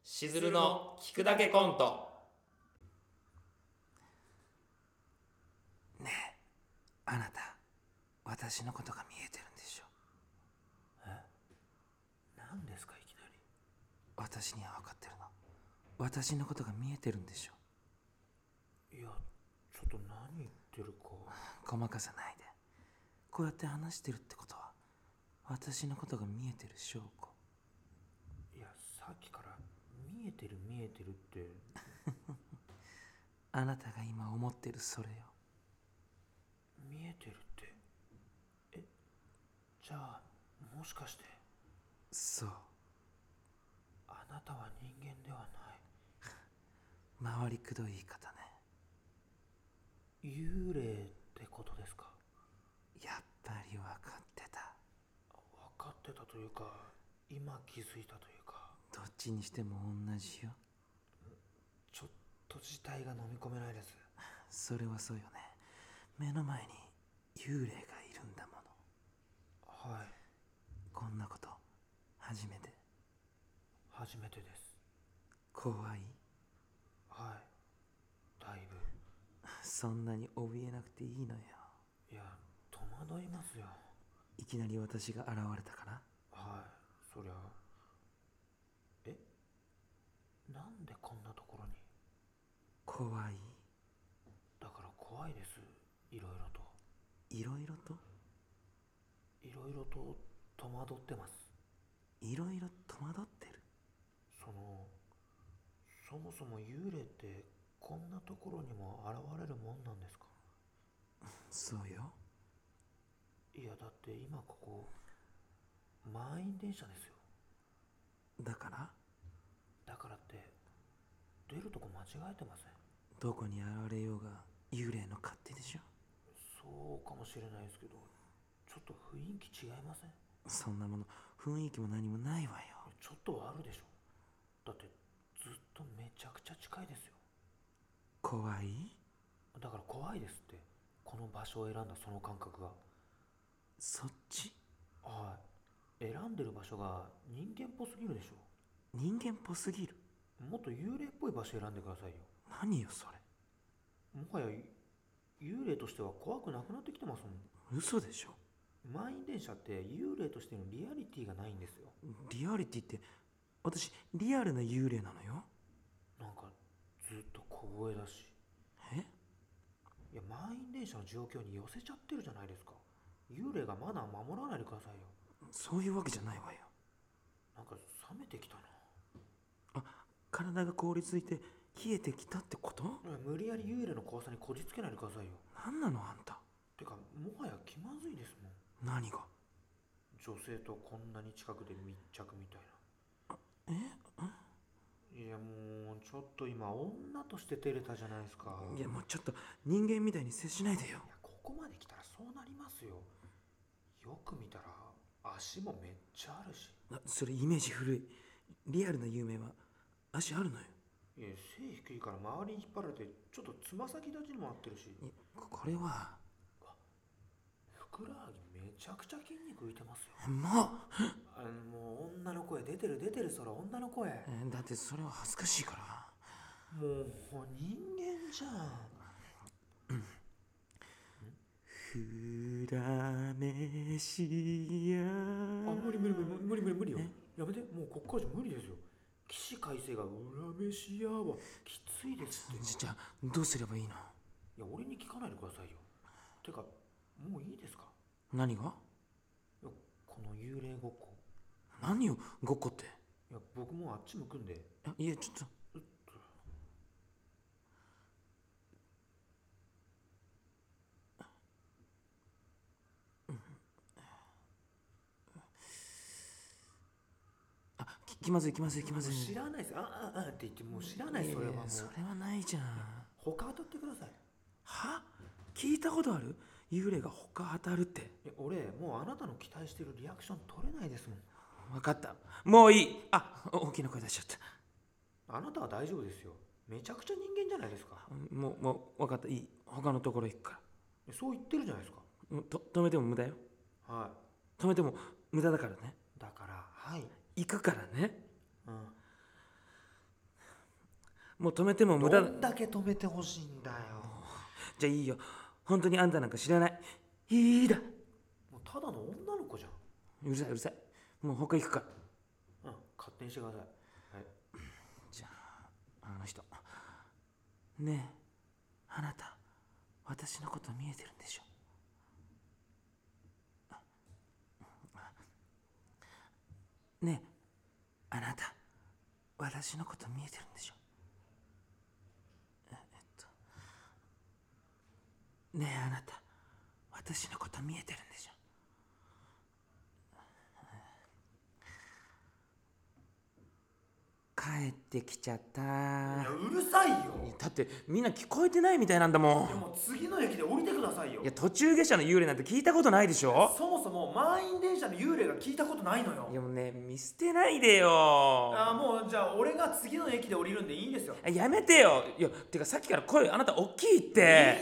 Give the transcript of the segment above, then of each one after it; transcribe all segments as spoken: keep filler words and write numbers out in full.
しずるの聞くだけコント。 ねえ、あなた、私のことが見えてるんでしょ。 え、何ですかいきなり。 私には分かってるの。私のことが見えてるんでしょ。 いや、ちょっと何言ってるか。 ごまかさないで。こうやって話してるってことは私のことが見えてる証拠。 いや、さっきから見えてる見えてるってあなたが今思ってるそれよ。 見えてるって。え、じゃあもしかしてそう、 あなたは人間ではない。 回りくどい言い方ね。 幽霊ってことですか。 やっぱり分かってた。 分かってたというか、今気づいたというか。 どっちにしても同じよ。 ちょっと事態が飲み込めないです。 それはそうよね。目の前に幽霊がいるんだもの。 はい、 こんなこと初めて。 初めてです。 怖い？ はい、だいぶ。 そんなに怯えなくていいのよ。 いや、戸惑いますよ。 いきなり私が現れたから。 はい、そりゃ。え、なんでこんなところに。 怖い？ だから怖いです。いろいろといろいろといろいろと戸惑ってます。 いろいろ戸惑ってる。 そのそもそも幽霊ってこんなところにも現れるもんなんですか。 そうよ。 いや、だって今ここ満員電車ですよ。 だからだからって出るとこ間違えてません？ どこに現れようが幽霊の勝手でしょ。 そうかもしれないですけど、ちょっと雰囲気違いません？ そんなもの雰囲気も何もないわよ。 ちょっとはあるでしょ。だってずっとめちゃくちゃ近いですよ。 怖い？ だから怖いですって、この場所を選んだその感覚が。 そっち？ はい、選んでる場所が人間っぽすぎるでしょ。 人間っぽすぎる？ もっと幽霊っぽい場所選んでくださいよ。 何よそれ。 もはや幽霊としては怖くなくなってきてますもん。 嘘でしょ。 満員電車って幽霊としてのリアリティがないんですよ。 リアリティって、私リアルな幽霊なのよ。 なんかずっと小声だし。 え？ いや、満員電車の状況に寄せちゃってるじゃないですか。幽霊がマナー守らないでくださいよ。 そういうわけじゃないわよ。 なんか冷めてきたな。 あ、体が凍りついて冷えてきたってこと？ 無理やり幽霊の怖さにこじつけないでくださいよ。 何なのあんた。 てかもはや気まずいですもん。 何が？ 女性とこんなに近くで密着みたいえ？ な。いや、もうちょっと今女として照れたじゃないですか。 いや、もうちょっと人間みたいに接しないでよ。 いや、ここまで来たらそうなりますよ。よく見たら足もめっちゃあるし。 あ、それイメージ古い。リアルな有名は足あるのよ。 いや、背低いから周りに引っ張られてちょっとつま先立ちにもなってるし。 いや、これはふくらはぎめちゃくちゃ筋肉浮いてますよ。 もうあのもう女の声出てる出てる、それ女の声。 えーだってそれは恥ずかしいから。 もう人間じゃん。 フラメシア。 あ、無理無理無理無理無理無理よ。やめて、もうこっからじゃ無理ですよ。起死回生が裏飯やはきついですって。 じゃあどうすればいいの？ いや、俺に聞かないでくださいよ。てかもういいですか。 何が？ いや、この幽霊ごっこ。 何よごっこって。 いや、僕もうあっち向くんで。 あ、いやちょっとうっとあ、き気まずい気まずい気まずい。 知らないです。あああって言ってもう知らない。それはもうそれはないじゃん。 他当たってください。 は？聞いたことある？幽霊が他当たるって。 いや、俺もうあなたの期待してるリアクション取れないですもん。 分かった、もういい。あ、大きな声出しちゃった。 あなたは大丈夫ですよ。めちゃくちゃ人間じゃないですか。 もうもう分かった、いい。他のところ行くかそう言ってるじゃないですか。 ら。もうと止めても無駄よ。 は止めても無駄だからね。 い。だからはい。 行くからね。 うん。 もう止めても無駄どんだけ止めてほしいんだよ。 じゃあいいよ、本当にあんたなんか知らない。いいだ。 もうただの女の子じゃん。 うるさいうるさい、もう他行くか。 うん、勝手にしてください。はい。 じゃああの人、ねえあなた、私のこと見えてるんでしょ。ねえあなた、私のこと見えてるんでしょ。ええっとねえあなた、私のこと見えてるんでしょ。帰ってきちゃった。 いや、うるさいよ。 だってみんな聞こえてないみたいなんだもん。 いや、もう次の駅で降りてくださいよ。 いや、途中下車の幽霊なんて聞いたことないでしょ。 そもそも満員電車の幽霊が聞いたことないのよ。 いやもうね、見捨てないでよ。 あ、もうじゃあ俺が次の駅で降りるんでいいんですよ。 やめてよ。いや、てかさっきから声あなた大きいって。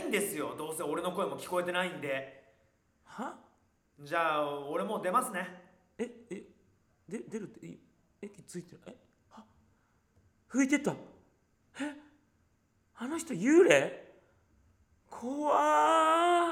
いいんですよ、どうせ俺の声も聞こえてないんで。 は？ じゃあ俺もう出ますね。 ええで出るってい駅ついてる。えは拭いてった。えあの人幽霊？怖ー。